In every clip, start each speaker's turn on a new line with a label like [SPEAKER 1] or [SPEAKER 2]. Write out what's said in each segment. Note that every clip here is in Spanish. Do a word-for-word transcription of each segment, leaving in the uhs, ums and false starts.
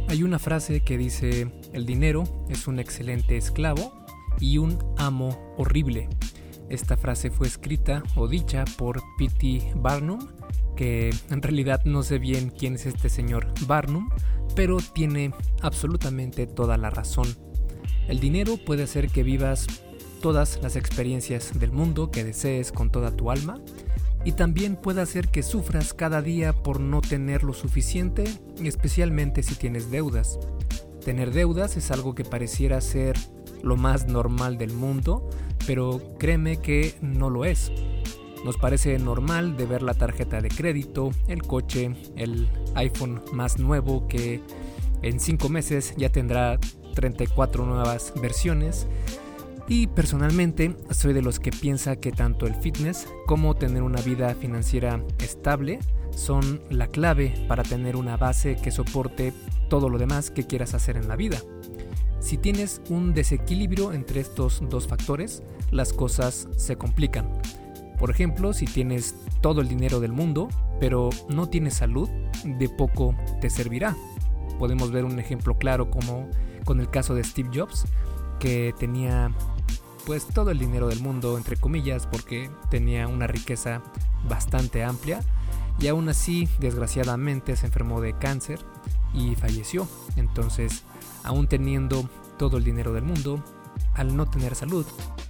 [SPEAKER 1] hay una frase que dice: el dinero es un excelente esclavo y un amo horrible. Esta frase fue escrita o dicha por P T Barnum, que en realidad no sé bien quién es este señor Barnum, pero tiene absolutamente toda la razón. El dinero puede hacer que vivas todas las experiencias del mundo que desees con toda tu alma, y también puede hacer que sufras cada día por no tener lo suficiente, especialmente si tienes deudas. Tener deudas es algo que pareciera ser lo más normal del mundo, pero créeme que no lo es. Nos parece normal de ver la tarjeta de crédito, el coche, el iPhone más nuevo que en cinco meses ya tendrá treinta y cuatro nuevas versiones. Y personalmente soy de los que piensa que tanto el fitness como tener una vida financiera estable son la clave para tener una base que soporte todo lo demás que quieras hacer en la vida. Si tienes un desequilibrio entre estos dos factores, las cosas se complican. Por ejemplo, si tienes todo el dinero del mundo, pero no tienes salud, de poco te servirá. Podemos ver un ejemplo claro como con el caso de Steve Jobs, que tenía pues todo el dinero del mundo, entre comillas, porque tenía una riqueza bastante amplia, y aún así, desgraciadamente, se enfermó de cáncer y falleció. Entonces, aún teniendo todo el dinero del mundo, al no tener salud,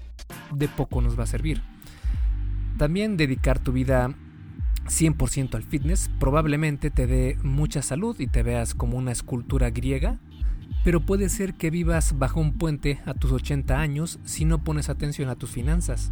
[SPEAKER 1] de poco nos va a servir. También dedicar tu vida cien por ciento al fitness probablemente te dé mucha salud y te veas como una escultura griega, pero puede ser que vivas bajo un puente a tus ochenta años si no pones atención a tus finanzas.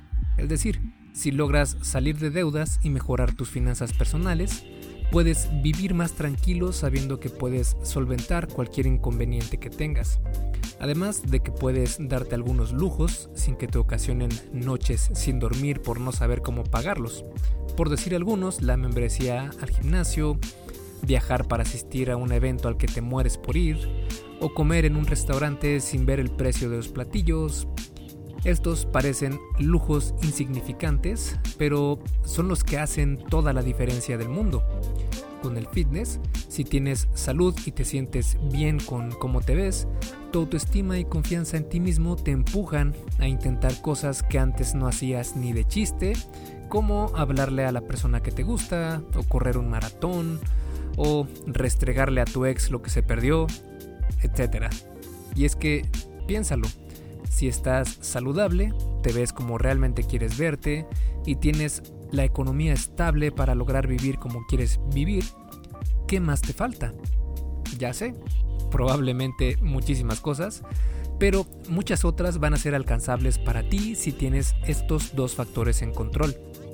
[SPEAKER 1] Es decir, si logras salir de deudas y mejorar tus finanzas personales, puedes vivir más tranquilo sabiendo que puedes solventar cualquier inconveniente que tengas. Además de que puedes darte algunos lujos sin que te ocasionen noches sin dormir por no saber cómo pagarlos. Por decir algunos, la membresía al gimnasio, viajar para asistir a un evento al que te mueres por ir, o comer en un restaurante sin ver el precio de los platillos. Estos parecen lujos insignificantes, pero son los que hacen toda la diferencia del mundo. Con el fitness, si tienes salud y te sientes bien con cómo te ves, tu autoestima y confianza en ti mismo te empujan a intentar cosas que antes no hacías ni de chiste, como hablarle a la persona que te gusta, o correr un maratón, o restregarle a tu ex lo que se perdió, etcétera. Y es que, piénsalo, si estás saludable, te ves como realmente quieres verte y tienes la economía estable para lograr vivir como quieres vivir, ¿qué más te falta? Ya sé, probablemente muchísimas cosas, pero muchas otras van a ser alcanzables para ti si tienes estos dos factores en control.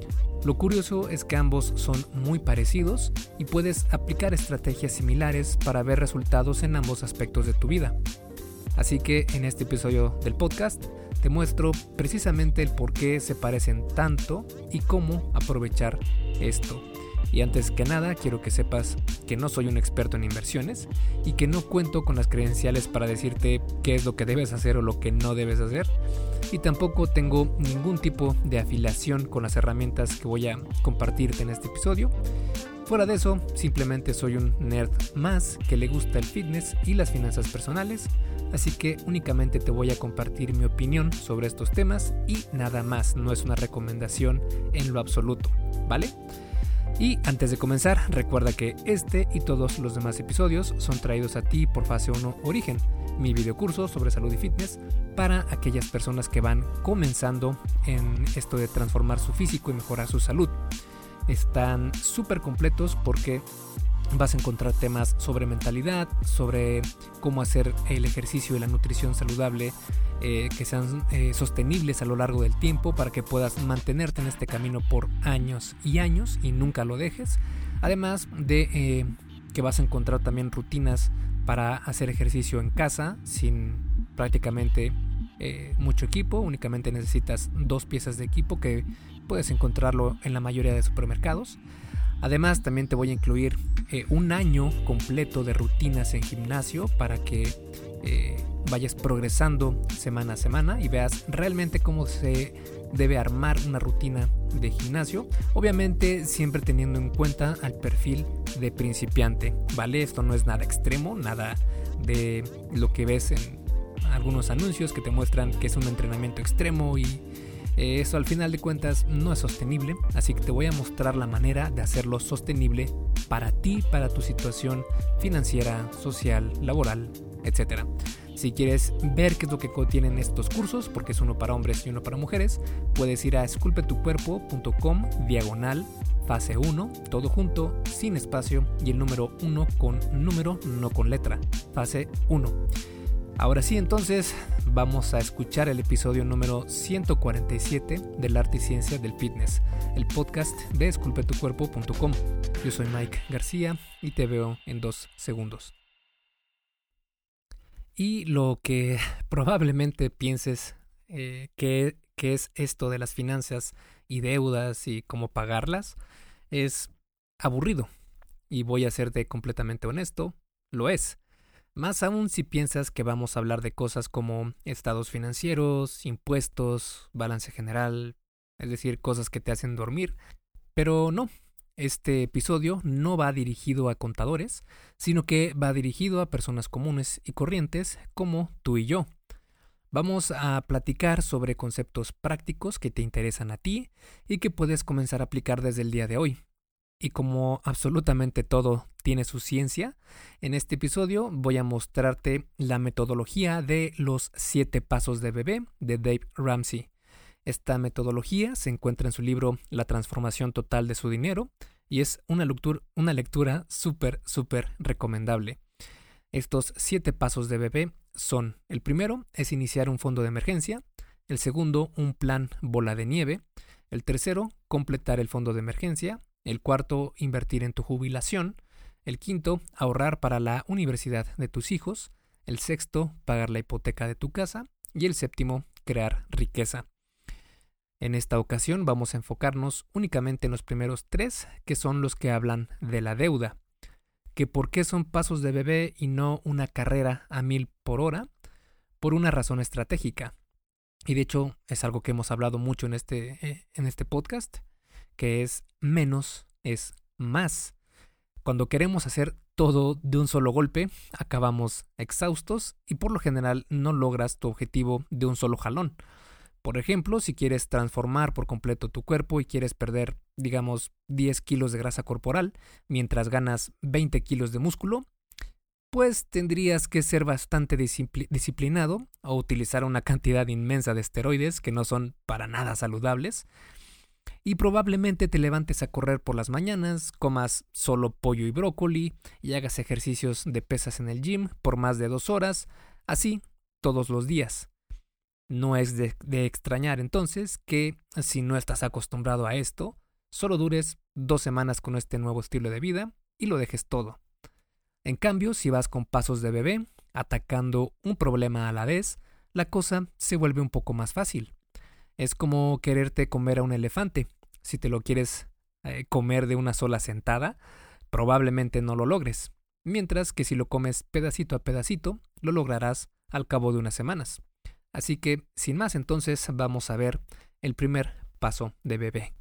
[SPEAKER 1] Lo curioso es que ambos son muy parecidos y puedes aplicar estrategias similares para ver resultados en ambos aspectos de tu vida. Así que en este episodio del podcast te muestro precisamente el por qué se parecen tanto y cómo aprovechar esto. Y antes que nada, quiero que sepas que no soy un experto en inversiones y que no cuento con las credenciales para decirte qué es lo que debes hacer o lo que no debes hacer. Y tampoco tengo ningún tipo de afiliación con las herramientas que voy a compartirte en este episodio. Fuera de eso, simplemente soy un nerd más que le gusta el fitness y las finanzas personales, así que únicamente te voy a compartir mi opinión sobre estos temas y nada más, no es una recomendación en lo absoluto, ¿vale? Y antes de comenzar, recuerda que este y todos los demás episodios son traídos a ti por Fase uno Origen, mi videocurso sobre salud y fitness para aquellas personas que van comenzando en esto de transformar su físico y mejorar su salud. Están súper completos porque vas a encontrar temas sobre mentalidad, sobre cómo hacer el ejercicio y la nutrición saludable eh, que sean eh, sostenibles a lo largo del tiempo para que puedas mantenerte en este camino por años y años y nunca lo dejes. Además de eh, que vas a encontrar también rutinas para hacer ejercicio en casa sin prácticamente eh, mucho equipo. Únicamente necesitas dos piezas de equipo que puedes encontrarlo en la mayoría de supermercados. Además, también te voy a incluir eh, un año completo de rutinas en gimnasio para que eh, vayas progresando semana a semana y veas realmente cómo se debe armar una rutina de gimnasio. Obviamente, siempre teniendo en cuenta al perfil de principiante, ¿vale? Esto no es nada extremo, nada de lo que ves en algunos anuncios que te muestran que es un entrenamiento extremo y eh, eso al final de cuentas no es sostenible, así que te voy a mostrar la manera de hacerlo sostenible para ti, para tu situación financiera, social, laboral, etcétera. Si quieres ver qué es lo que contienen estos cursos, porque es uno para hombres y uno para mujeres, puedes ir a esculpetucuerpo.com diagonal fase uno, todo junto, sin espacio y el número uno con número, no con letra, fase uno. Ahora sí, entonces vamos a escuchar el episodio número ciento cuarenta y siete del Arte y Ciencia del Fitness, el podcast de esculpetucuerpo punto com. Yo soy Mike García y te veo en dos segundos. Y lo que probablemente pienses eh, que, que es esto de las finanzas y deudas y cómo pagarlas es aburrido. Y voy a serte completamente honesto, lo es. Más aún si piensas que vamos a hablar de cosas como estados financieros, impuestos, balance general, es decir, cosas que te hacen dormir. Pero no. Este episodio no va dirigido a contadores, sino que va dirigido a personas comunes y corrientes como tú y yo. Vamos a platicar sobre conceptos prácticos que te interesan a ti y que puedes comenzar a aplicar desde el día de hoy. Y como absolutamente todo tiene su ciencia, en este episodio voy a mostrarte la metodología de los siete pasos de bebé de Dave Ramsey. Esta metodología se encuentra en su libro La transformación total de su dinero y es una lectura, una lectura súper, súper recomendable. Estos siete pasos de bebé son: el primero es iniciar un fondo de emergencia, el segundo un plan bola de nieve, el tercero completar el fondo de emergencia, el cuarto invertir en tu jubilación, el quinto ahorrar para la universidad de tus hijos, el sexto pagar la hipoteca de tu casa y el séptimo crear riqueza. En esta ocasión vamos a enfocarnos únicamente en los primeros tres, que son los que hablan de la deuda. ¿Que por qué son pasos de bebé y no una carrera a mil por hora? Por una razón estratégica. Y de hecho es algo que hemos hablado mucho en este, eh, en este podcast, que es menos es más. Cuando queremos hacer todo de un solo golpe, acabamos exhaustos y por lo general no logras tu objetivo de un solo jalón. Por ejemplo, si quieres transformar por completo tu cuerpo y quieres perder, digamos, diez kilos de grasa corporal mientras ganas veinte kilos de músculo, pues tendrías que ser bastante discipl- disciplinado o utilizar una cantidad inmensa de esteroides que no son para nada saludables. Y probablemente te levantes a correr por las mañanas, comas solo pollo y brócoli y hagas ejercicios de pesas en el gym por más de dos horas, así todos los días. No es de, de extrañar entonces que, si no estás acostumbrado a esto, solo dures dos semanas con este nuevo estilo de vida y lo dejes todo. En cambio, si vas con pasos de bebé, atacando un problema a la vez, la cosa se vuelve un poco más fácil. Es como quererte comer a un elefante. Si te lo quieres eh, comer de una sola sentada, probablemente no lo logres. Mientras que si lo comes pedacito a pedacito, lo lograrás al cabo de unas semanas. Así que, sin más, entonces vamos a ver el primer paso de bebé.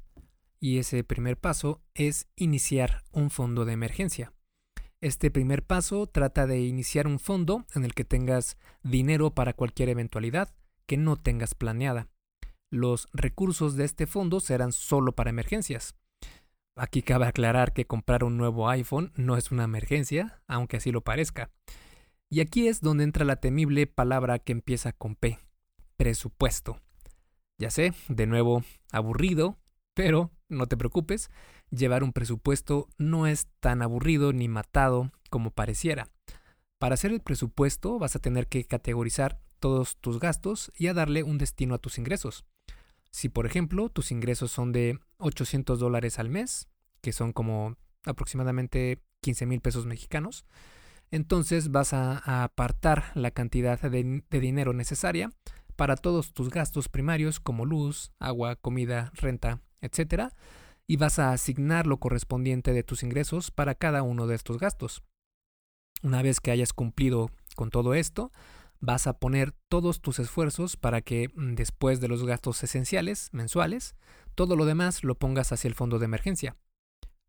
[SPEAKER 1] Y ese primer paso es iniciar un fondo de emergencia. Este primer paso trata de iniciar un fondo en el que tengas dinero para cualquier eventualidad que no tengas planeada. Los recursos de este fondo serán solo para emergencias. Aquí cabe aclarar que comprar un nuevo iPhone no es una emergencia, aunque así lo parezca. Y aquí es donde entra la temible palabra que empieza con P, presupuesto. Ya sé, de nuevo, aburrido, pero no te preocupes, llevar un presupuesto no es tan aburrido ni matado como pareciera. Para hacer el presupuesto vas a tener que categorizar todos tus gastos y a darle un destino a tus ingresos. Si, por ejemplo, tus ingresos son de ochocientos dólares al mes, que son como aproximadamente quince mil pesos mexicanos, entonces vas a, a apartar la cantidad de, de dinero necesaria para todos tus gastos primarios como luz, agua, comida, renta, etcétera, y vas a asignar lo correspondiente de tus ingresos para cada uno de estos gastos. Una vez que hayas cumplido con todo esto, vas a poner todos tus esfuerzos para que, después de los gastos esenciales mensuales, todo lo demás lo pongas hacia el fondo de emergencia.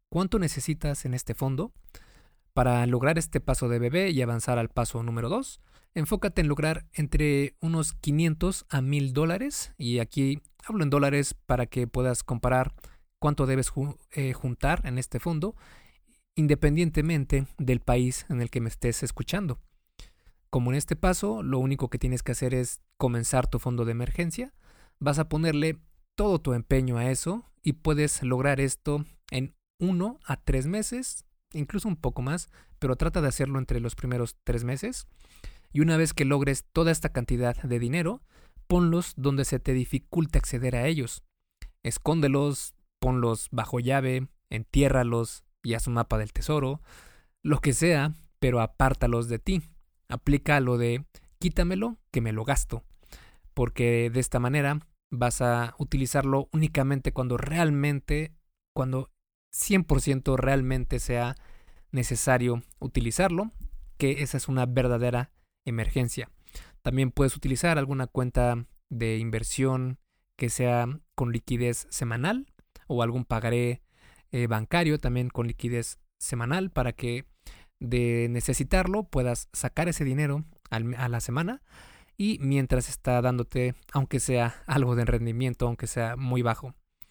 [SPEAKER 1] ¿Cuánto necesitas en este fondo? Para lograr este paso de bebé y avanzar al paso número dos, enfócate en lograr entre unos quinientos a mil dólares, y aquí hablo en dólares para que puedas comparar cuánto debes ju- eh, juntar en este fondo, independientemente del país en el que me estés escuchando. Como en este paso, lo único que tienes que hacer es comenzar tu fondo de emergencia, vas a ponerle todo tu empeño a eso y puedes lograr esto en uno a tres meses, incluso un poco más, pero trata de hacerlo entre los primeros tres meses. Y una vez que logres toda esta cantidad de dinero, ponlos donde se te dificulte acceder a ellos. Escóndelos, ponlos bajo llave, entiérralos y haz un mapa del tesoro, lo que sea, pero apártalos de ti. Aplica lo de quítamelo que me lo gasto, porque de esta manera vas a utilizarlo únicamente cuando realmente, cuando cien por ciento realmente sea necesario utilizarlo, que esa es una verdadera emergencia. También puedes utilizar alguna cuenta de inversión que sea con liquidez semanal o algún pagaré eh, bancario también con liquidez semanal para que de necesitarlo puedas sacar ese dinero al, a la semana y mientras está dándote, aunque sea algo de rendimiento, aunque sea muy bajo.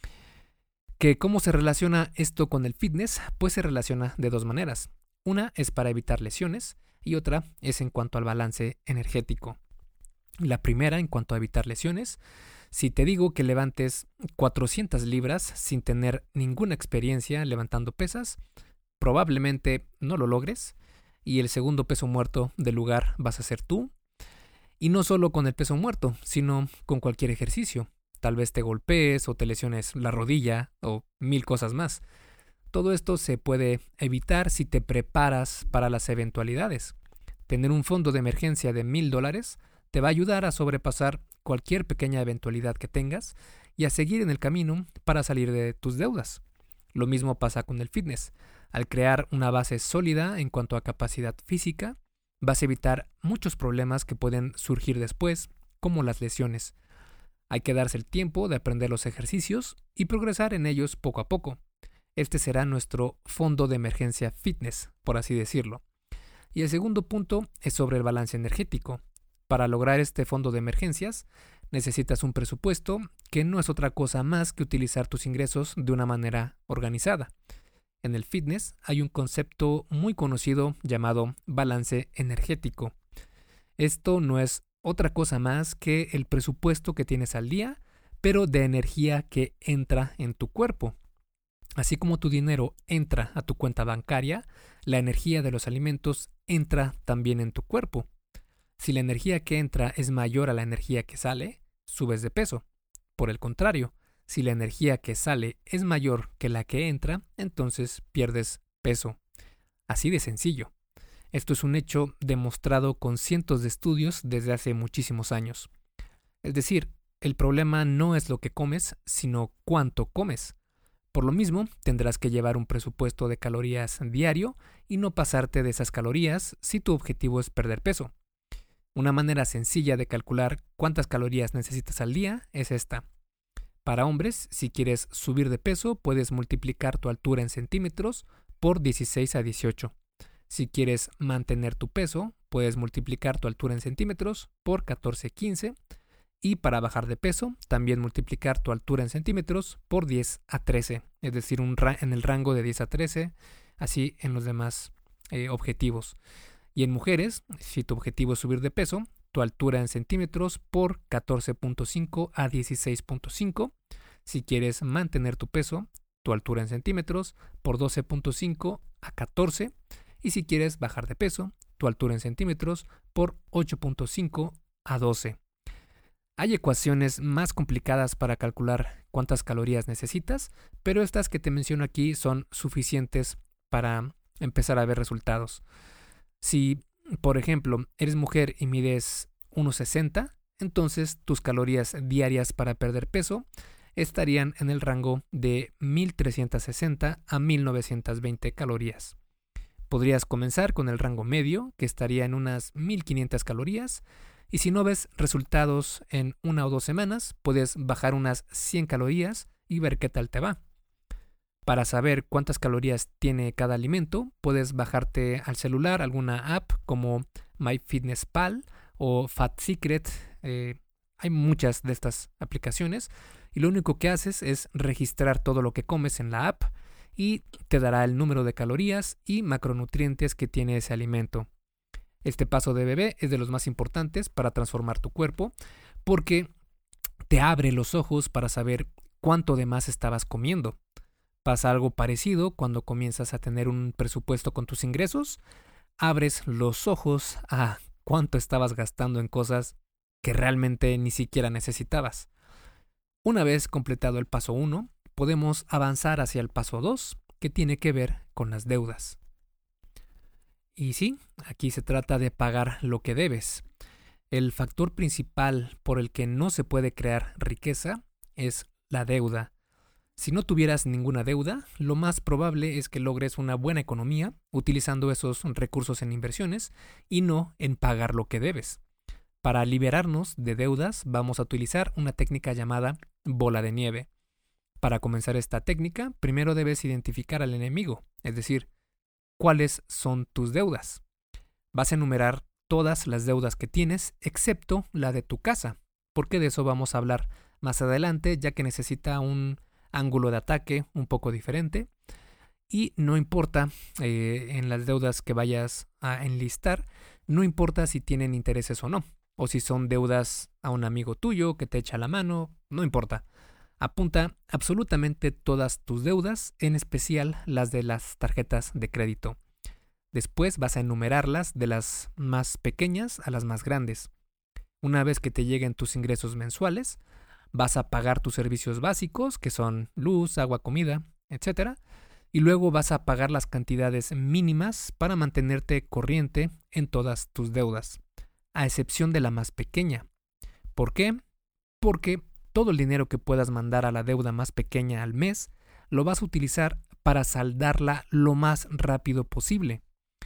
[SPEAKER 1] ¿Que cómo se relaciona esto con el fitness? Pues se relaciona de dos maneras. Una es para evitar lesiones y otra es en cuanto al balance energético. La primera, en cuanto a evitar lesiones, si te digo que levantes cuatrocientas libras sin tener ninguna experiencia levantando pesas, probablemente no lo logres y el segundo peso muerto del lugar vas a ser tú. Y no solo con el peso muerto, sino con cualquier ejercicio. Tal vez te golpees o te lesiones la rodilla o mil cosas más. Todo esto se puede evitar si te preparas para las eventualidades. Tener un fondo de emergencia de mil dólares te va a ayudar a sobrepasar cualquier pequeña eventualidad que tengas y a seguir en el camino para salir de tus deudas. Lo mismo pasa con el fitness. Al crear una base sólida en cuanto a capacidad física, vas a evitar muchos problemas que pueden surgir después, como las lesiones. Hay que darse el tiempo de aprender los ejercicios y progresar en ellos poco a poco. Este será nuestro fondo de emergencia fitness, por así decirlo. Y el segundo punto es sobre el balance energético. Para lograr este fondo de emergencias, necesitas un presupuesto que no es otra cosa más que utilizar tus ingresos de una manera organizada. En el fitness hay un concepto muy conocido llamado balance energético. Esto no es otra cosa más que el presupuesto que tienes al día, pero de energía que entra en tu cuerpo. Así como tu dinero entra a tu cuenta bancaria, la energía de los alimentos entra también en tu cuerpo. Si la energía que entra es mayor a la energía que sale, subes de peso. Por el contrario, si la energía que sale es mayor que la que entra, entonces pierdes peso. Así de sencillo. Esto es un hecho demostrado con cientos de estudios desde hace muchísimos años. Es decir, el problema no es lo que comes, sino cuánto comes. Por lo mismo, tendrás que llevar un presupuesto de calorías diario y no pasarte de esas calorías si tu objetivo es perder peso. Una manera sencilla de calcular cuántas calorías necesitas al día es esta. Para hombres, si quieres subir de peso, puedes multiplicar tu altura en centímetros por dieciséis a dieciocho. Si quieres mantener tu peso, puedes multiplicar tu altura en centímetros por catorce a quince. Y para bajar de peso, también multiplicar tu altura en centímetros por diez a trece. Es decir, un ra- en el rango de diez a trece, así en los demás eh, objetivos. Y en mujeres, si tu objetivo es subir de peso, tu altura en centímetros por catorce punto cinco a dieciséis punto cinco. Si quieres mantener tu peso, tu altura en centímetros por doce punto cinco a catorce. Y si quieres bajar de peso, tu altura en centímetros por ocho punto cinco a doce. Hay ecuaciones más complicadas para calcular cuántas calorías necesitas, pero estas que te menciono aquí son suficientes para empezar a ver resultados. Si, por ejemplo, eres mujer y mides uno sesenta, entonces tus calorías diarias para perder peso estarían en el rango de mil trescientos sesenta a mil novecientos veinte calorías. Podrías comenzar con el rango medio, que estaría en unas mil quinientas calorías, y si no ves resultados en una o dos semanas, puedes bajar unas cien calorías y ver qué tal te va. Para saber cuántas calorías tiene cada alimento, puedes bajarte al celular alguna app como MyFitnessPal o FatSecret. Eh, hay muchas de estas aplicaciones y lo único que haces es registrar todo lo que comes en la app y te dará el número de calorías y macronutrientes que tiene ese alimento. Este paso de bebé es de los más importantes para transformar tu cuerpo porque te abre los ojos para saber cuánto de más estabas comiendo. Pasa algo parecido cuando comienzas a tener un presupuesto con tus ingresos, abres los ojos a cuánto estabas gastando en cosas que realmente ni siquiera necesitabas. Una vez completado el paso uno, podemos avanzar hacia el paso dos, que tiene que ver con las deudas. Y sí, aquí se trata de pagar lo que debes. El factor principal por el que no se puede crear riqueza es la deuda. Si no tuvieras ninguna deuda, lo más probable es que logres una buena economía utilizando esos recursos en inversiones y no en pagar lo que debes. Para liberarnos de deudas, vamos a utilizar una técnica llamada bola de nieve. Para comenzar esta técnica, primero debes identificar al enemigo, es decir, cuáles son tus deudas. Vas a enumerar todas las deudas que tienes, excepto la de tu casa, porque de eso vamos a hablar más adelante, ya que necesita un ángulo de ataque un poco diferente. Y no importa eh, en las deudas que vayas a enlistar, no importa si tienen intereses o no, o si son deudas a un amigo tuyo que te echa la mano, no importa. Apunta absolutamente todas tus deudas, en especial las de las tarjetas de crédito. Después vas a enumerarlas de las más pequeñas a las más grandes. Una vez que te lleguen tus ingresos mensuales, vas a pagar tus servicios básicos, que son luz, agua, comida, etcétera. Y luego vas a pagar las cantidades mínimas para mantenerte corriente en todas tus deudas, a excepción de la más pequeña. ¿Por qué? Porque todo el dinero que puedas mandar a la deuda más pequeña al mes, lo vas a utilizar para saldarla lo más rápido posible.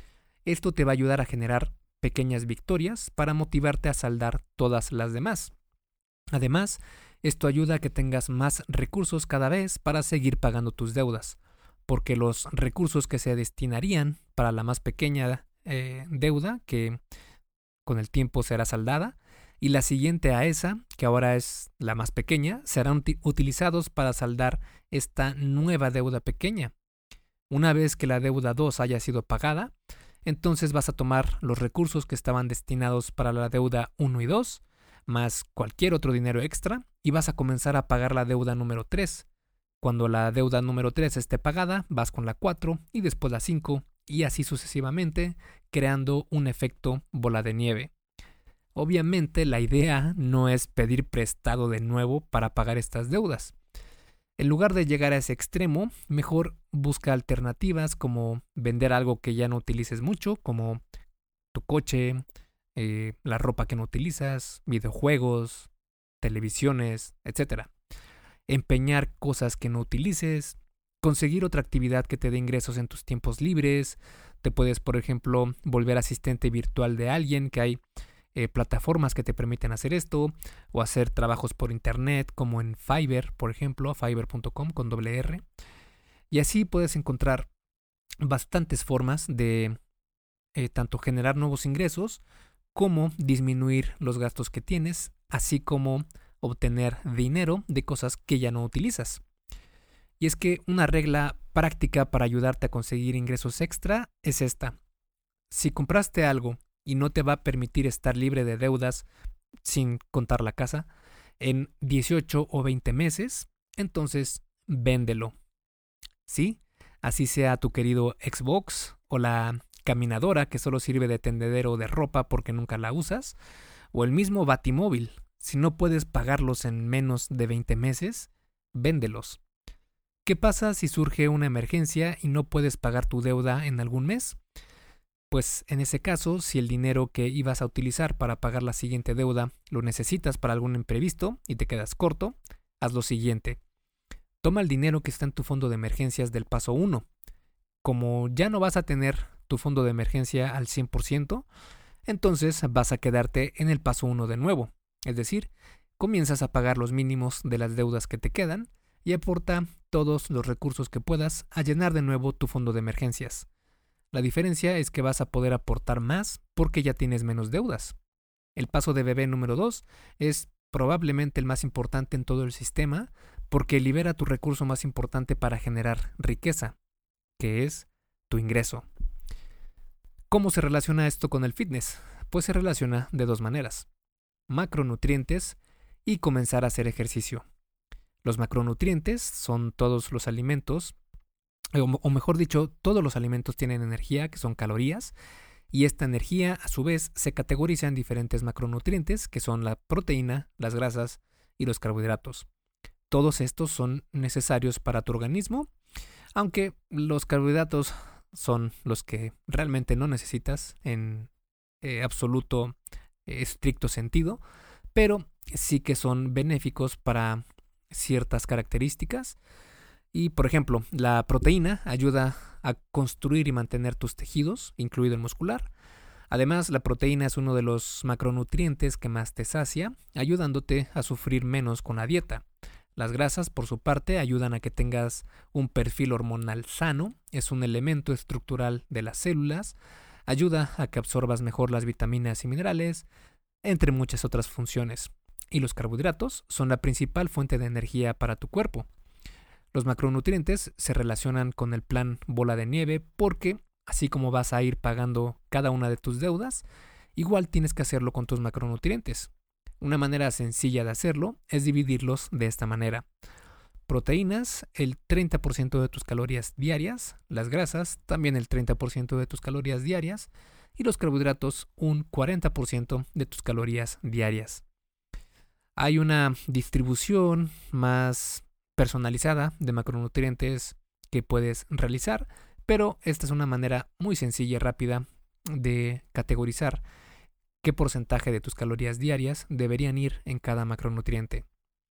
[SPEAKER 1] Esto te va a ayudar a generar pequeñas victorias para motivarte a saldar todas las demás. Además, esto ayuda a que tengas más recursos cada vez para seguir pagando tus deudas, porque los recursos que se destinarían para la más pequeña eh, deuda, que con el tiempo será saldada, y la siguiente a esa, que ahora es la más pequeña, serán uti- utilizados para saldar esta nueva deuda pequeña. Una vez que la deuda dos haya sido pagada, entonces vas a tomar los recursos que estaban destinados para la deuda uno y dos, más cualquier otro dinero extra, y vas a comenzar a pagar la deuda número tres. Cuando la deuda número tres esté pagada, vas con la cuatro y después la cinco, y así sucesivamente, creando un efecto bola de nieve. Obviamente la idea no es pedir prestado de nuevo para pagar estas deudas. En lugar de llegar a ese extremo, mejor busca alternativas como vender algo que ya no utilices mucho, como tu coche, eh, la ropa que no utilizas, videojuegos, televisiones, etcétera. Empeñar cosas que no utilices, conseguir otra actividad que te dé ingresos en tus tiempos libres. Te puedes, por ejemplo, volver asistente virtual de alguien, que hay eh, plataformas que te permiten hacer esto, o hacer trabajos por internet como en Fiverr, por ejemplo, fiverr punto com con doble R. Y así puedes encontrar bastantes formas de eh, tanto generar nuevos ingresos como disminuir los gastos que tienes, así como obtener dinero de cosas que ya no utilizas. Y es que una regla práctica para ayudarte a conseguir ingresos extra es esta. Si compraste algo y no te va a permitir estar libre de deudas, sin contar la casa, en dieciocho o veinte meses, entonces véndelo. ¿Sí? Así sea tu querido Xbox o la caminadora que solo sirve de tendedero de ropa porque nunca la usas, o el mismo Batimóvil. Si no puedes pagarlos en menos de veinte meses, véndelos. ¿Qué pasa si surge una emergencia y no puedes pagar tu deuda en algún mes? Pues en ese caso, si el dinero que ibas a utilizar para pagar la siguiente deuda lo necesitas para algún imprevisto y te quedas corto, haz lo siguiente. Toma el dinero que está en tu fondo de emergencias del paso uno. Como ya no vas a tener tu fondo de emergencia al cien por ciento, entonces vas a quedarte en el paso uno de nuevo. Es decir, comienzas a pagar los mínimos de las deudas que te quedan y aporta todos los recursos que puedas a llenar de nuevo tu fondo de emergencias. La diferencia es que vas a poder aportar más porque ya tienes menos deudas. El paso de bebé número dos es probablemente el más importante en todo el sistema porque libera tu recurso más importante para generar riqueza, que es tu ingreso. ¿Cómo se relaciona esto con el fitness? Pues se relaciona de dos maneras: macronutrientes y comenzar a hacer ejercicio. Los macronutrientes son todos los alimentos, o mejor dicho, todos los alimentos tienen energía, que son calorías, y esta energía a su vez se categoriza en diferentes macronutrientes, que son la proteína, las grasas y los carbohidratos. Todos estos son necesarios para tu organismo, aunque los carbohidratos son los que realmente no necesitas en eh, absoluto eh, estricto sentido, pero sí que son benéficos para ciertas características. Y por ejemplo, la proteína ayuda a construir y mantener tus tejidos, incluido el muscular. Además, la proteína es uno de los macronutrientes que más te sacia, ayudándote a sufrir menos con la dieta. Las grasas, por su parte, ayudan a que tengas un perfil hormonal sano, es un elemento estructural de las células, ayuda a que absorbas mejor las vitaminas y minerales, entre muchas otras funciones. Y los carbohidratos son la principal fuente de energía para tu cuerpo. Los macronutrientes se relacionan con el plan bola de nieve porque, así como vas a ir pagando cada una de tus deudas, igual tienes que hacerlo con tus macronutrientes. Una manera sencilla de hacerlo es dividirlos de esta manera. Proteínas, el treinta por ciento de tus calorías diarias, las grasas, también el treinta por ciento de tus calorías diarias, y los carbohidratos, un cuarenta por ciento de tus calorías diarias. Hay una distribución más personalizada de macronutrientes que puedes realizar, pero esta es una manera muy sencilla y rápida de categorizar qué porcentaje de tus calorías diarias deberían ir en cada macronutriente.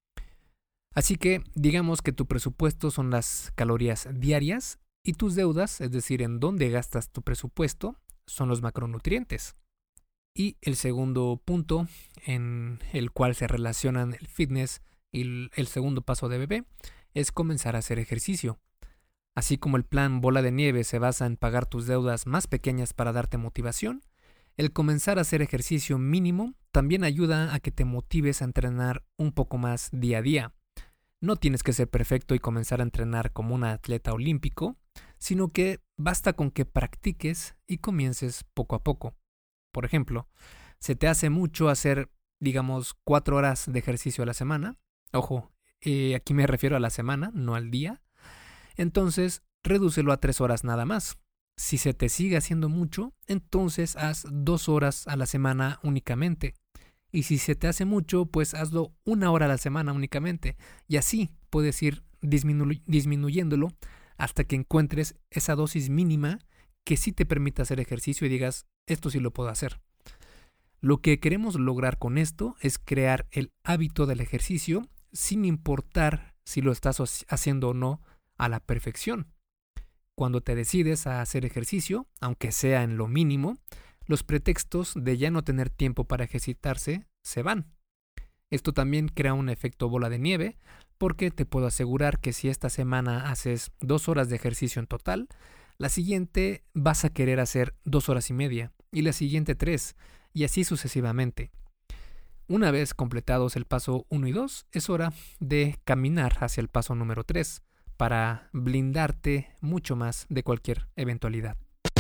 [SPEAKER 1] Así que digamos que tu presupuesto son las calorías diarias y tus deudas, es decir, en dónde gastas tu presupuesto, son los macronutrientes. Y el segundo punto en el cual se relacionan el fitness y el, el segundo paso de bebé es comenzar a hacer ejercicio. Así como el plan bola de nieve se basa en pagar tus deudas más pequeñas para darte motivación, el comenzar a hacer ejercicio mínimo también ayuda a que te motives a entrenar un poco más día a día. No tienes que ser perfecto y comenzar a entrenar como un atleta olímpico, sino que basta con que practiques y comiences poco a poco. Por ejemplo, se te hace mucho hacer, digamos, cuatro horas de ejercicio a la semana. Ojo, eh, aquí me refiero a la semana, no al día. Entonces, redúcelo a tres horas nada más. Si se te sigue haciendo mucho, entonces haz dos horas a la semana únicamente. Y si se te hace mucho, pues hazlo una hora a la semana únicamente. Y así puedes ir disminu- disminuyéndolo hasta que encuentres esa dosis mínima que sí te permita hacer ejercicio y digas, esto sí lo puedo hacer. Lo que queremos lograr con esto es crear el hábito del ejercicio sin importar si lo estás haciendo o no a la perfección. Cuando te decides a hacer ejercicio, aunque sea en lo mínimo, los pretextos de ya no tener tiempo para ejercitarse se van. Esto también crea un efecto bola de nieve, porque te puedo asegurar que si esta semana haces dos horas de ejercicio en total, la siguiente vas a querer hacer dos horas y media, y la siguiente tres, y así sucesivamente. Una vez completados el paso uno y dos, es hora de caminar hacia el paso número tres, para blindarte mucho más de cualquier eventualidad.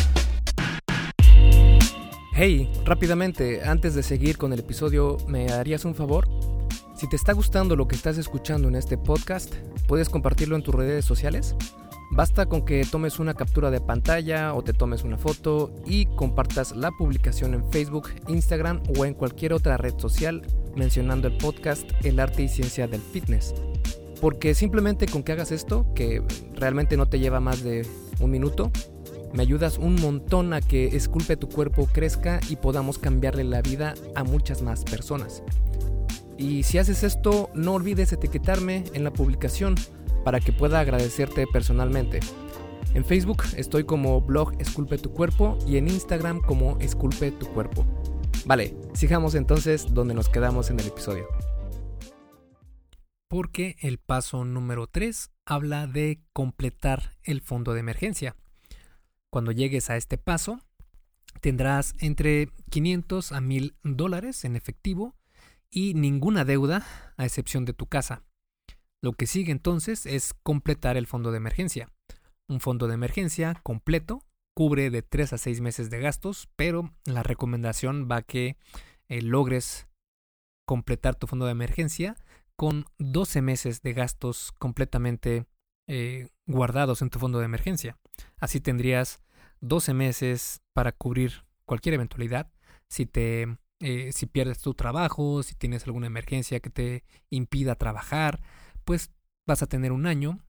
[SPEAKER 1] Hey, rápidamente, antes de seguir con el episodio, ¿me harías un favor? Si te está gustando lo que estás escuchando en este podcast, ¿puedes compartirlo en tus redes sociales? Basta con que tomes una captura de pantalla o te tomes una foto y compartas la publicación en Facebook, Instagram o en cualquier otra red social mencionando el podcast El Arte y Ciencia del Fitness. Porque simplemente con que hagas esto, que realmente no te lleva más de un minuto, me ayudas un montón a que Esculpe tu Cuerpo crezca y podamos cambiarle la vida a muchas más personas. Y si haces esto, no olvides etiquetarme en la publicación para que pueda agradecerte personalmente. En Facebook estoy como blog Esculpe tu Cuerpo y en Instagram como Esculpe tu Cuerpo. Vale, sigamos entonces donde nos quedamos en el episodio. Porque el paso número tres habla de completar el fondo de emergencia. Cuando llegues a este paso, tendrás entre quinientos a mil dólares en efectivo y ninguna deuda a excepción de tu casa. Lo que sigue entonces es completar el fondo de emergencia. Un fondo de emergencia completo cubre de tres a seis meses de gastos, pero la recomendación va a que eh, logres completar tu fondo de emergencia con doce meses de gastos completamente eh, guardados en tu fondo de emergencia. Así tendrías doce meses para cubrir cualquier eventualidad. Si te eh, si pierdes tu trabajo, si tienes alguna emergencia que te impida trabajar, pues vas a tener un año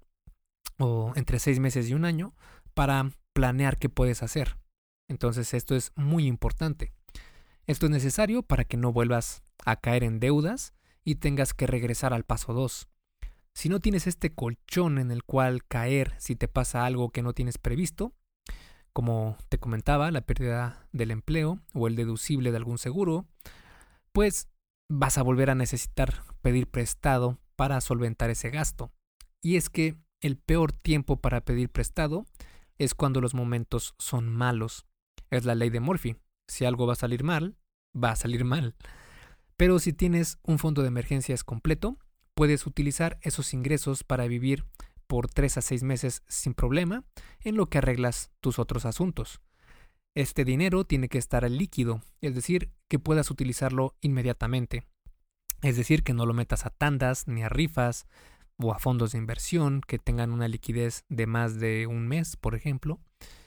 [SPEAKER 1] o entre seis meses y un año para planear qué puedes hacer. Entonces esto es muy importante. Esto es necesario para que no vuelvas a caer en deudas y tengas que regresar al paso dos. Si no tienes este colchón en el cual caer si te pasa algo que no tienes previsto, como te comentaba, la pérdida del empleo o el deducible de algún seguro, pues vas a volver a necesitar pedir prestado para solventar ese gasto. Y es que el peor tiempo para pedir prestado es cuando los momentos son malos. Es la ley de Murphy. Si algo va a salir mal, va a salir mal. Pero si tienes un fondo de emergencias completo, puedes utilizar esos ingresos para vivir por tres a seis meses sin problema en lo que arreglas tus otros asuntos. Este dinero tiene que estar líquido, es decir, que puedas utilizarlo inmediatamente. Es decir, que no lo metas a tandas ni a rifas o a fondos de inversión que tengan una liquidez de más de un mes, por ejemplo,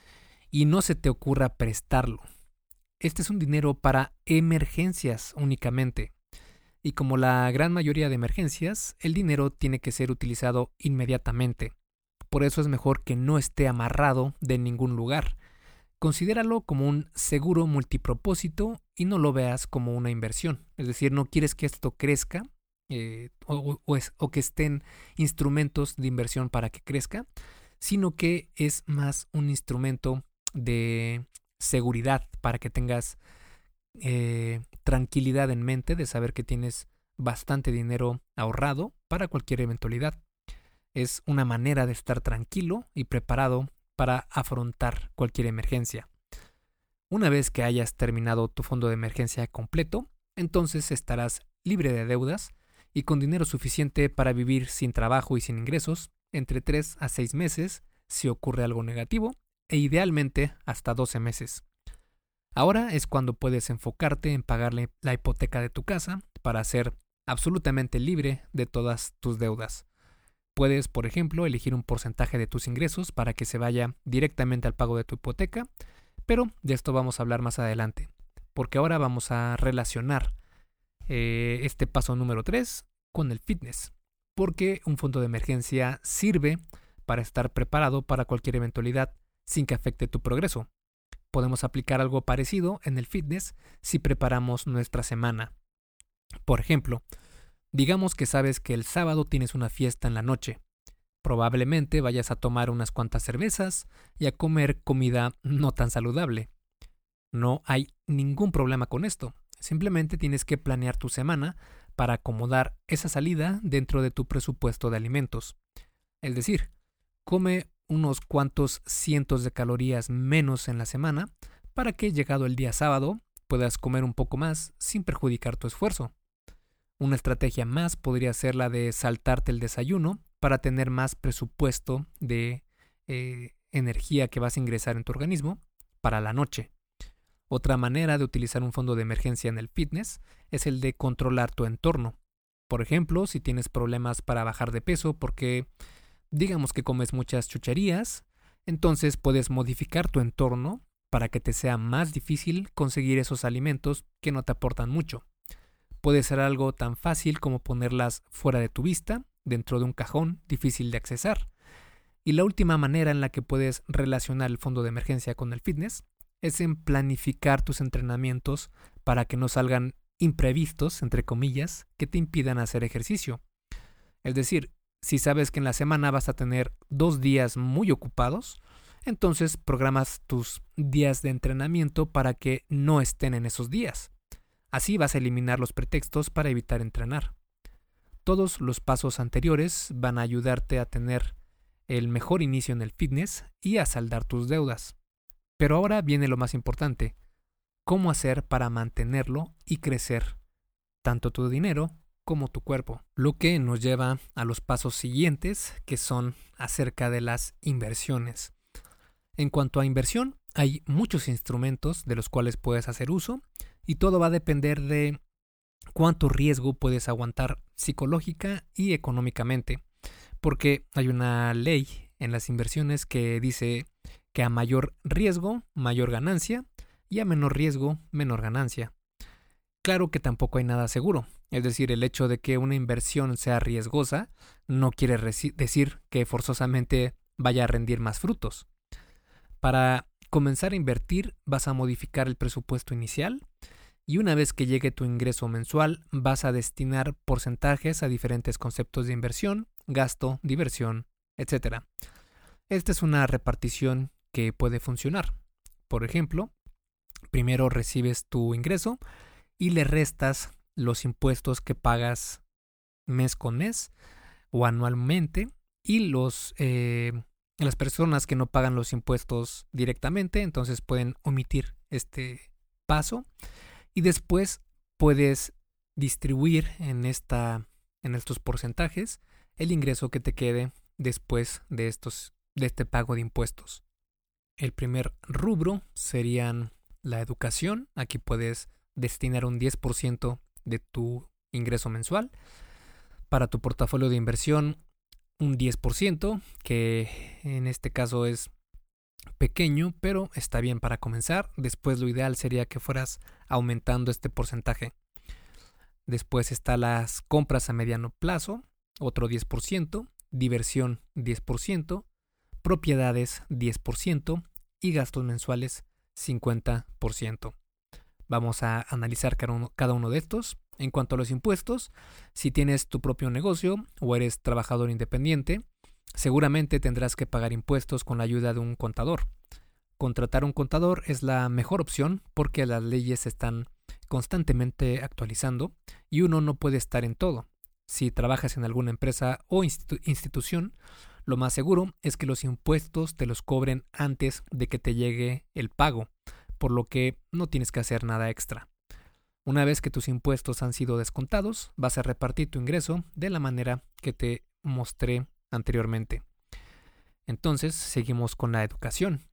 [SPEAKER 1] y no se te ocurra prestarlo. Este es un dinero para emergencias únicamente. Y como la gran mayoría de emergencias, el dinero tiene que ser utilizado inmediatamente. Por eso es mejor que no esté amarrado de ningún lugar. Considéralo como un seguro multipropósito y no lo veas como una inversión. Es decir, no quieres que esto crezca eh, o, o, es, o que estén instrumentos de inversión para que crezca, sino que es más un instrumento de seguridad para que tengas Eh, tranquilidad en mente de saber que tienes bastante dinero ahorrado para cualquier eventualidad. Es una manera de estar tranquilo y preparado para afrontar cualquier emergencia. Una vez que hayas terminado tu fondo de emergencia completo, entonces estarás libre de deudas y con dinero suficiente para vivir sin trabajo y sin ingresos entre tres a seis meses si ocurre algo negativo e idealmente hasta doce meses. Ahora es cuando puedes enfocarte en pagarle la hipoteca de tu casa para ser absolutamente libre de todas tus deudas. Puedes, por ejemplo, elegir un porcentaje de tus ingresos para que se vaya directamente al pago de tu hipoteca, pero de esto vamos a hablar más adelante, porque ahora vamos a relacionar eh, este paso número tres con el fitness, porque un fondo de emergencia sirve para estar preparado para cualquier eventualidad sin que afecte tu progreso. Podemos aplicar algo parecido en el fitness si preparamos nuestra semana. Por ejemplo, digamos que sabes que el sábado tienes una fiesta en la noche. Probablemente vayas a tomar unas cuantas cervezas y a comer comida no tan saludable. No hay ningún problema con esto. Simplemente tienes que planear tu semana para acomodar esa salida dentro de tu presupuesto de alimentos. Es decir, come unos cuantos cientos de calorías menos en la semana para que llegado el día sábado puedas comer un poco más sin perjudicar tu esfuerzo. Una estrategia más podría ser la de saltarte el desayuno para tener más presupuesto de eh, energía que vas a ingresar en tu organismo para la noche. Otra manera de utilizar un fondo de emergencia en el fitness es el de controlar tu entorno. Por ejemplo, si tienes problemas para bajar de peso porque digamos que comes muchas chucherías, entonces puedes modificar tu entorno para que te sea más difícil conseguir esos alimentos que no te aportan mucho. Puede ser algo tan fácil como ponerlas fuera de tu vista, dentro de un cajón difícil de accesar. Y la última manera en la que puedes relacionar el fondo de emergencia con el fitness es en planificar tus entrenamientos para que no salgan imprevistos, entre comillas, que te impidan hacer ejercicio. Es decir, si sabes que en la semana vas a tener dos días muy ocupados, entonces programas tus días de entrenamiento para que no estén en esos días. Así vas a eliminar los pretextos para evitar entrenar. Todos los pasos anteriores van a ayudarte a tener el mejor inicio en el fitness y a saldar tus deudas. Pero ahora viene lo más importante: cómo hacer para mantenerlo y crecer tanto tu dinero como tu cuerpo. Lo que nos lleva a los pasos siguientes, que son acerca de las inversiones. En cuanto a inversión, hay muchos instrumentos de los cuales puedes hacer uso y todo va a depender de cuánto riesgo puedes aguantar psicológica y económicamente, porque hay una ley en las inversiones que dice que a mayor riesgo, mayor ganancia, y a menor riesgo, menor ganancia. Claro que tampoco hay nada seguro, es decir, el hecho de que una inversión sea riesgosa no quiere reci- decir que forzosamente vaya a rendir más frutos. Para comenzar a invertir vas a modificar el presupuesto inicial y una vez que llegue tu ingreso mensual vas a destinar porcentajes a diferentes conceptos de inversión, gasto, diversión, etcétera. Esta es una repartición que puede funcionar. Por ejemplo, primero recibes tu ingreso y le restas los impuestos que pagas mes con mes o anualmente y los eh, las personas que no pagan los impuestos directamente, entonces pueden omitir este paso y después puedes distribuir en esta en estos porcentajes el ingreso que te quede después de estos de este pago de impuestos. El primer rubro serían la educación. Aquí puedes destinar un diez por ciento de tu ingreso mensual. Para tu portafolio de inversión, un diez por ciento, que en este caso es pequeño, pero está bien para comenzar. Después lo ideal sería que fueras aumentando este porcentaje. Después está las compras a mediano plazo, otro diez por ciento, diversión diez por ciento, propiedades diez por ciento y gastos mensuales cincuenta por ciento. Vamos a analizar cada uno, cada uno de estos. En cuanto a los impuestos, si tienes tu propio negocio o eres trabajador independiente, seguramente tendrás que pagar impuestos con la ayuda de un contador. Contratar un contador es la mejor opción porque las leyes se están constantemente actualizando y uno no puede estar en todo. Si trabajas en alguna empresa o institu- institución, lo más seguro es que los impuestos te los cobren antes de que te llegue el pago, por lo que no tienes que hacer nada extra. Una vez que tus impuestos han sido descontados, vas a repartir tu ingreso de la manera que te mostré anteriormente. Entonces, seguimos con la educación.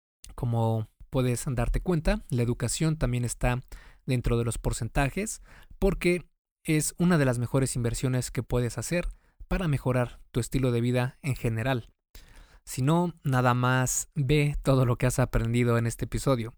[SPEAKER 1] Como puedes darte cuenta, la educación también está dentro de los porcentajes porque es una de las mejores inversiones que puedes hacer para mejorar tu estilo de vida en general. Si no, nada más ve todo lo que has aprendido en este episodio.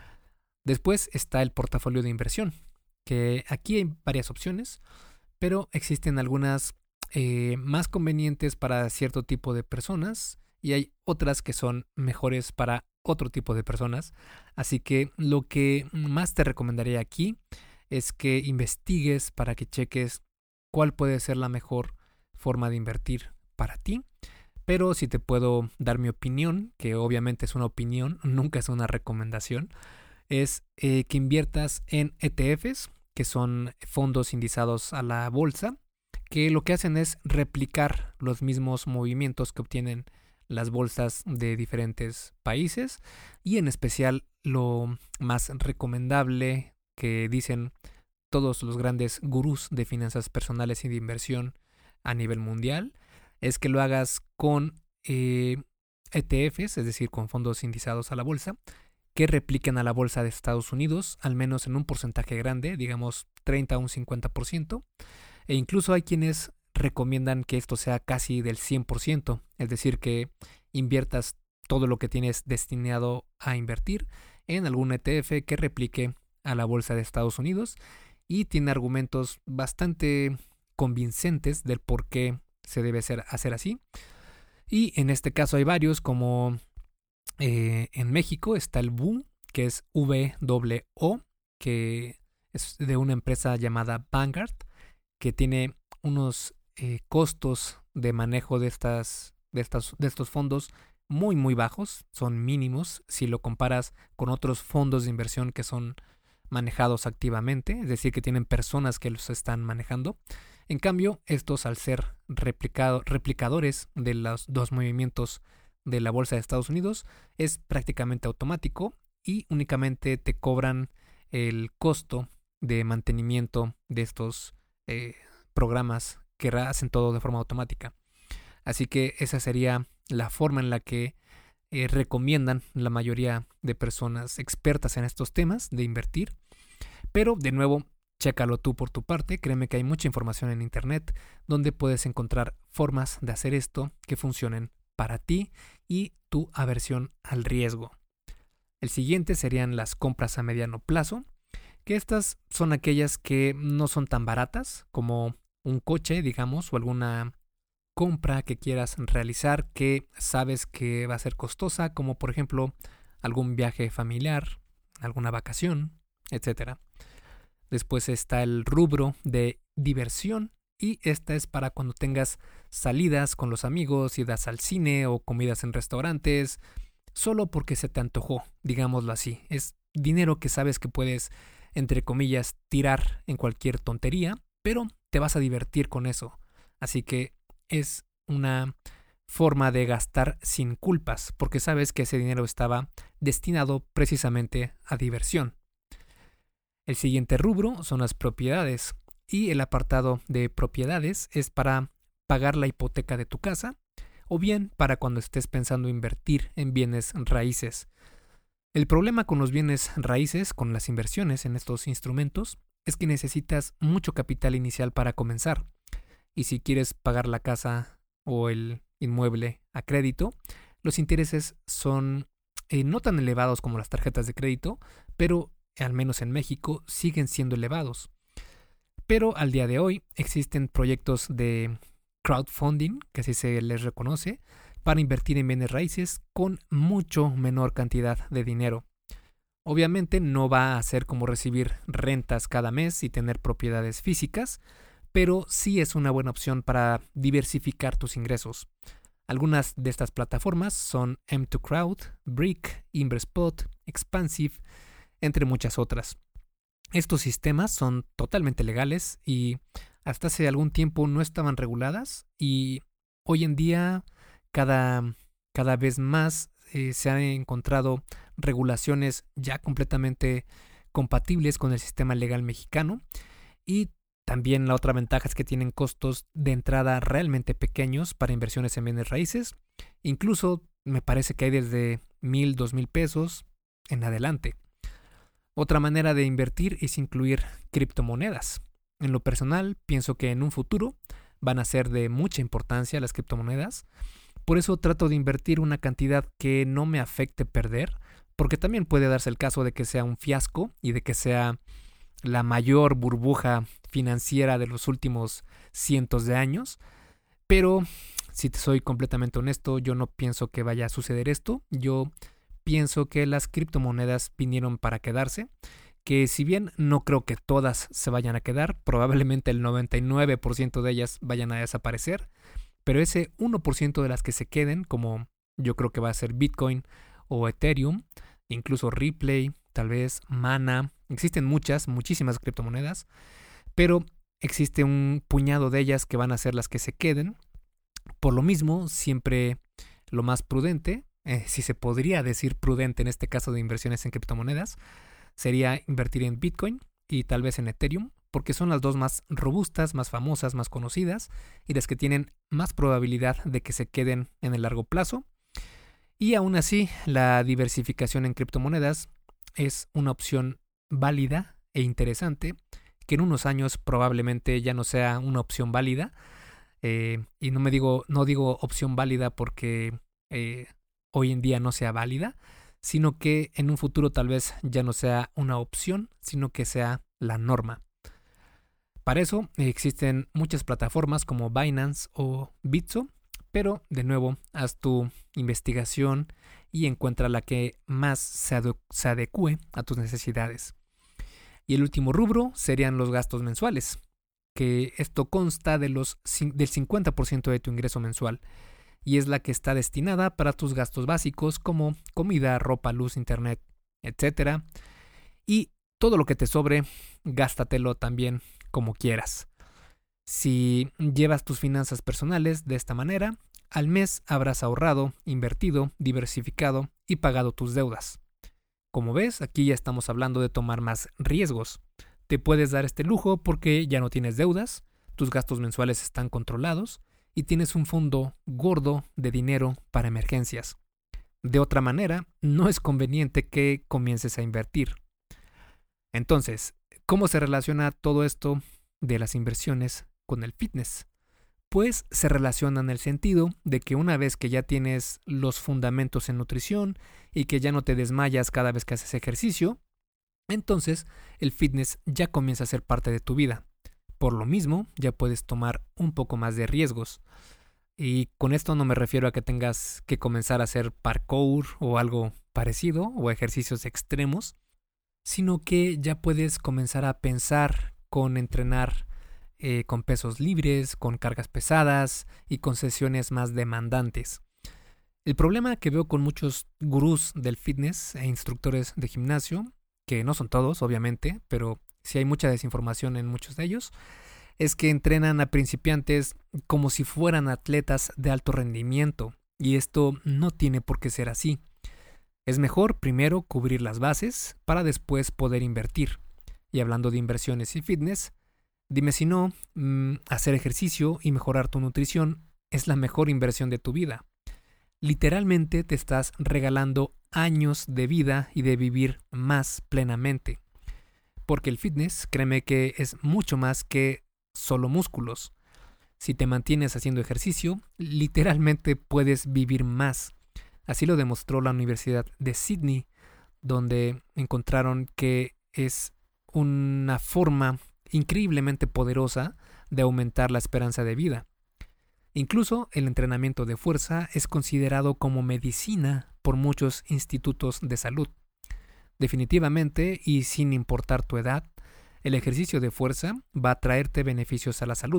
[SPEAKER 1] Después está el portafolio de inversión, que aquí hay varias opciones, pero existen algunas eh, más convenientes para cierto tipo de personas y hay otras que son mejores para otro tipo de personas. Así que lo que más te recomendaría aquí es que investigues para que cheques cuál puede ser la mejor forma de invertir para ti. Pero si te puedo dar mi opinión, que obviamente es una opinión, nunca es una recomendación, es eh, que inviertas en E T Fs, que son fondos indizados a la bolsa, que lo que hacen es replicar los mismos movimientos que obtienen las bolsas de diferentes países y en especial lo más recomendable que dicen todos los grandes gurús de finanzas personales y de inversión a nivel mundial es que lo hagas con eh, E T Fs, es decir, con fondos indizados a la bolsa, que repliquen a la bolsa de Estados Unidos, al menos en un porcentaje grande, digamos treinta a un cincuenta por ciento, e incluso hay quienes recomiendan que esto sea casi del cien por ciento, es decir, que inviertas todo lo que tienes destinado a invertir en algún E T F que replique a la bolsa de Estados Unidos y tiene argumentos bastante convincentes del por qué se debe hacer, hacer así. Y en este caso hay varios, como eh, en México está el V U, que es V W O, que es de una empresa llamada Vanguard, que tiene unos eh, costos de manejo de, estas, de, estas, de estos fondos muy muy bajos, son mínimos si lo comparas con otros fondos de inversión que son manejados activamente, es decir, que tienen personas que los están manejando. En cambio, estos, al ser replicado, replicadores de los dos movimientos de la bolsa de Estados Unidos, es prácticamente automático y únicamente te cobran el costo de mantenimiento de estos eh, programas que hacen todo de forma automática. Así que esa sería la forma en la que eh, recomiendan la mayoría de personas expertas en estos temas de invertir. Pero de nuevo, chécalo tú por tu parte. Créeme que hay mucha información en internet donde puedes encontrar formas de hacer esto que funcionen para ti y tu aversión al riesgo. El siguiente serían las compras a mediano plazo, que estas son aquellas que no son tan baratas como un coche, digamos, o alguna compra que quieras realizar que sabes que va a ser costosa, como por ejemplo algún viaje familiar, alguna vacación, etcétera. Después está el rubro de diversión y esta es para cuando tengas salidas con los amigos, idas al cine o comidas en restaurantes, solo porque se te antojó, digámoslo así. Es dinero que sabes que puedes, entre comillas, tirar en cualquier tontería, pero te vas a divertir con eso. Así que es una forma de gastar sin culpas, porque sabes que ese dinero estaba destinado precisamente a diversión. El siguiente rubro son las propiedades y el apartado de propiedades es para pagar la hipoteca de tu casa o bien para cuando estés pensando invertir en bienes raíces. El problema con los bienes raíces, con las inversiones en estos instrumentos, es que necesitas mucho capital inicial para comenzar. Y si quieres pagar la casa o el inmueble a crédito, los intereses son eh, no tan elevados como las tarjetas de crédito, pero al menos en México siguen siendo elevados. Pero al día de hoy existen proyectos de crowdfunding, que así se les reconoce, para invertir en bienes raíces con mucho menor cantidad de dinero. Obviamente no va a ser como recibir rentas cada mes y tener propiedades físicas, pero sí es una buena opción para diversificar tus ingresos. Algunas de estas plataformas son M dos Crowd, Brick, Inverspot, Expansive, entre muchas otras. Estos sistemas son totalmente legales y hasta hace algún tiempo no estaban reguladas y hoy en día cada, cada vez más eh, se han encontrado regulaciones ya completamente compatibles con el sistema legal mexicano y también la otra ventaja es que tienen costos de entrada realmente pequeños para inversiones en bienes raíces. Incluso me parece que hay desde mil, dos mil pesos en adelante. Otra manera de invertir es incluir criptomonedas. En lo personal, pienso que en un futuro van a ser de mucha importancia las criptomonedas. Por eso trato de invertir una cantidad que no me afecte perder, porque también puede darse el caso de que sea un fiasco y de que sea la mayor burbuja financiera de los últimos cientos de años. Pero, si te soy completamente honesto, yo no pienso que vaya a suceder esto. Yo pienso que las criptomonedas vinieron para quedarse, que si bien no creo que todas se vayan a quedar, probablemente el noventa y nueve por ciento de ellas vayan a desaparecer, pero ese uno por ciento de las que se queden, como yo creo que va a ser Bitcoin o Ethereum, incluso Ripple, tal vez Mana, existen muchas, muchísimas criptomonedas, pero existe un puñado de ellas que van a ser las que se queden. Por lo mismo, siempre lo más prudente, Eh, si se podría decir prudente en este caso de inversiones en criptomonedas, sería invertir en Bitcoin y tal vez en Ethereum, porque son las dos más robustas, más famosas, más conocidas y las que tienen más probabilidad de que se queden en el largo plazo. Y aún así, la diversificación en criptomonedas es una opción válida e interesante, que en unos años probablemente ya no sea una opción válida. Eh, y no me digo, no digo opción válida porque eh, hoy en día no sea válida, sino que en un futuro tal vez ya no sea una opción, sino que sea la norma. Para eso existen muchas plataformas como Binance o Bitso, pero de nuevo haz tu investigación y encuentra la que más se, ade- se adecue a tus necesidades. Y el último rubro serían los gastos mensuales, que esto consta de los, del cincuenta por ciento de tu ingreso mensual. Y es la que está destinada para tus gastos básicos como comida, ropa, luz, internet, etcétera. Y todo lo que te sobre, gástatelo también como quieras. Si llevas tus finanzas personales de esta manera, al mes habrás ahorrado, invertido, diversificado y pagado tus deudas. Como ves, aquí ya estamos hablando de tomar más riesgos. Te puedes dar este lujo porque ya no tienes deudas, tus gastos mensuales están controlados y tienes un fondo gordo de dinero para emergencias. De otra manera, no es conveniente que comiences a invertir. Entonces, ¿cómo se relaciona todo esto de las inversiones con el fitness? Pues se relaciona en el sentido de que una vez que ya tienes los fundamentos en nutrición y que ya no te desmayas cada vez que haces ejercicio, entonces el fitness ya comienza a ser parte de tu vida. Por lo mismo, ya puedes tomar un poco más de riesgos. Y con esto no me refiero a que tengas que comenzar a hacer parkour o algo parecido o ejercicios extremos, sino que ya puedes comenzar a pensar con entrenar eh, con pesos libres, con cargas pesadas y con sesiones más demandantes. El problema que veo con muchos gurús del fitness e instructores de gimnasio, que no son todos obviamente, pero sí hay mucha desinformación en muchos de ellos, es que entrenan a principiantes como si fueran atletas de alto rendimiento, y esto no tiene por qué ser así. Es mejor primero cubrir las bases para después poder invertir. Y hablando de inversiones y fitness, dime si no, mmm, hacer ejercicio y mejorar tu nutrición es la mejor inversión de tu vida. Literalmente te estás regalando años de vida y de vivir más plenamente. Porque el fitness, créeme que es mucho más que solo músculos. Si te mantienes haciendo ejercicio, literalmente puedes vivir más. Así lo demostró la Universidad de Sydney, donde encontraron que es una forma increíblemente poderosa de aumentar la esperanza de vida. Incluso el entrenamiento de fuerza es considerado como medicina por muchos institutos de salud. Definitivamente, y sin importar tu edad, el ejercicio de fuerza va a traerte beneficios a la salud.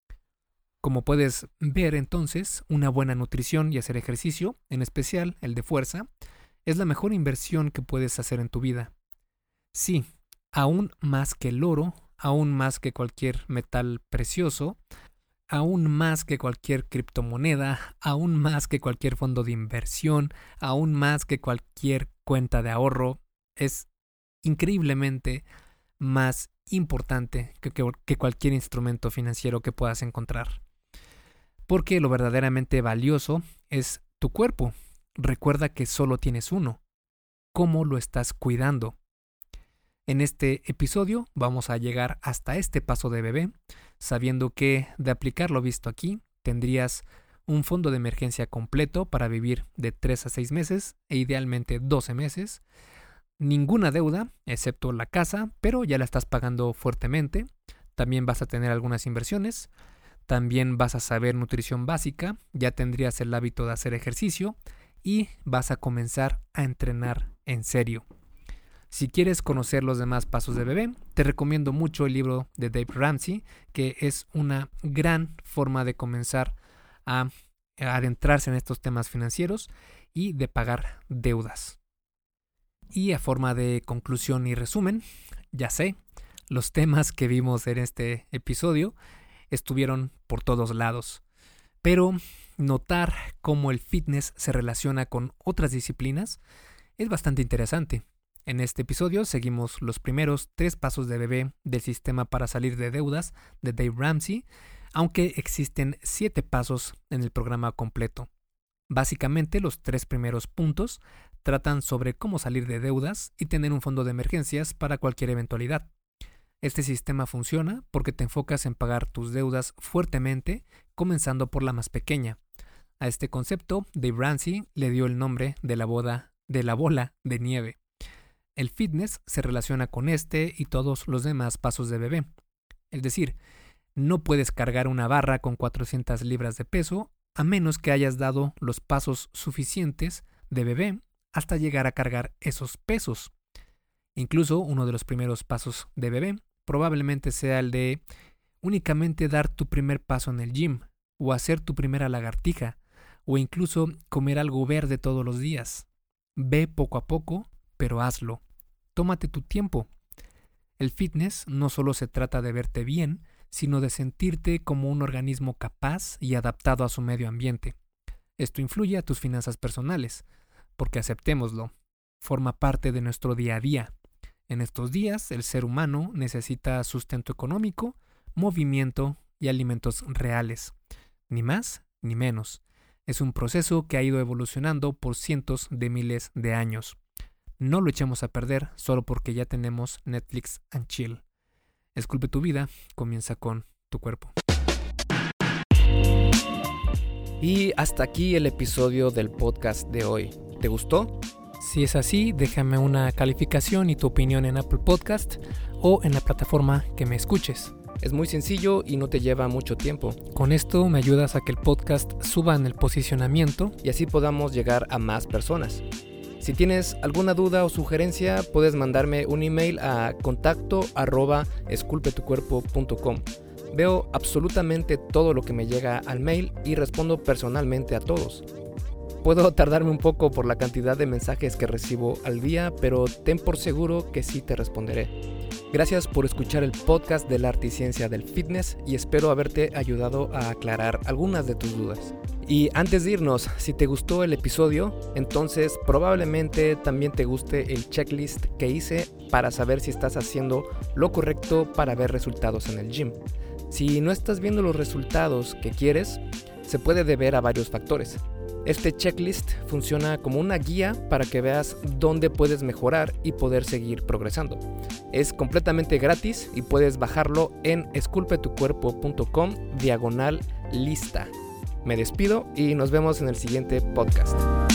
[SPEAKER 1] Como puedes ver entonces, una buena nutrición y hacer ejercicio, en especial el de fuerza, es la mejor inversión que puedes hacer en tu vida. Sí, aún más que el oro, aún más que cualquier metal precioso, aún más que cualquier criptomoneda, aún más que cualquier fondo de inversión, aún más que cualquier cuenta de ahorro, es increíblemente más importante que, que, que cualquier instrumento financiero que puedas encontrar. Porque lo verdaderamente valioso es tu cuerpo. Recuerda que solo tienes uno. ¿Cómo lo estás cuidando? En este episodio vamos a llegar hasta este paso de bebé, sabiendo que de aplicar lo visto aquí, tendrías un fondo de emergencia completo para vivir de tres a seis meses e idealmente doce meses. Ninguna deuda, excepto la casa, pero ya la estás pagando fuertemente. También vas a tener algunas inversiones. También vas a saber nutrición básica, ya tendrías el hábito de hacer ejercicio y vas a comenzar a entrenar en serio. Si quieres conocer los demás pasos de bebé, te recomiendo mucho el libro de Dave Ramsey, que es una gran forma de comenzar a adentrarse en estos temas financieros y de pagar deudas. Y a forma de conclusión y resumen, ya sé, los temas que vimos en este episodio estuvieron por todos lados, pero notar cómo el fitness se relaciona con otras disciplinas es bastante interesante. En este episodio seguimos los primeros tres pasos de bebé del sistema para salir de deudas de Dave Ramsey, aunque existen siete pasos en el programa completo. Básicamente los tres primeros puntos tratan sobre cómo salir de deudas y tener un fondo de emergencias para cualquier eventualidad. Este sistema funciona porque te enfocas en pagar tus deudas fuertemente, comenzando por la más pequeña. A este concepto, Dave Ramsey le dio el nombre de la, boda, de la bola de nieve. El fitness se relaciona con este y todos los demás pasos de bebé. Es decir, no puedes cargar una barra con cuatrocientas libras de peso a menos que hayas dado los pasos suficientes de bebé hasta llegar a cargar esos pesos. Incluso uno de los primeros pasos de bebé probablemente sea el de únicamente dar tu primer paso en el gym, o hacer tu primera lagartija, o incluso comer algo verde todos los días. Ve poco a poco, pero hazlo. Tómate tu tiempo. El fitness no solo se trata de verte bien, sino de sentirte como un organismo capaz y adaptado a su medio ambiente. Esto influye a tus finanzas personales, porque aceptémoslo, forma parte de nuestro día a día. En estos días, el ser humano necesita sustento económico, movimiento y alimentos reales. Ni más ni menos. Es un proceso que ha ido evolucionando por cientos de miles de años. No lo echemos a perder solo porque ya tenemos Netflix and Chill. Esculpe tu vida, comienza con tu cuerpo.
[SPEAKER 2] Y hasta aquí el episodio del podcast de hoy. ¿Te gustó?
[SPEAKER 1] Si es así, déjame una calificación y tu opinión en Apple Podcast o en la plataforma que me escuches.
[SPEAKER 2] Es muy sencillo y no te lleva mucho tiempo.
[SPEAKER 1] Con esto me ayudas a que el podcast suba en el posicionamiento
[SPEAKER 2] y así podamos llegar a más personas. Si tienes alguna duda o sugerencia, puedes mandarme un email a contacto arroba esculpetucuerpo punto com. Veo absolutamente todo lo que me llega al mail y respondo personalmente a todos. Puedo tardarme un poco por la cantidad de mensajes que recibo al día, pero ten por seguro que sí te responderé. Gracias por escuchar el podcast del arte y ciencia del fitness y espero haberte ayudado a aclarar algunas de tus dudas. Y antes de irnos, si te gustó el episodio, entonces probablemente también te guste el checklist que hice para saber si estás haciendo lo correcto para ver resultados en el gym. Si no estás viendo los resultados que quieres, se puede deber a varios factores. Este checklist funciona como una guía para que veas dónde puedes mejorar y poder seguir progresando. Es completamente gratis y puedes bajarlo en esculpetucuerpo punto com diagonal lista. Me despido y nos vemos en el siguiente podcast.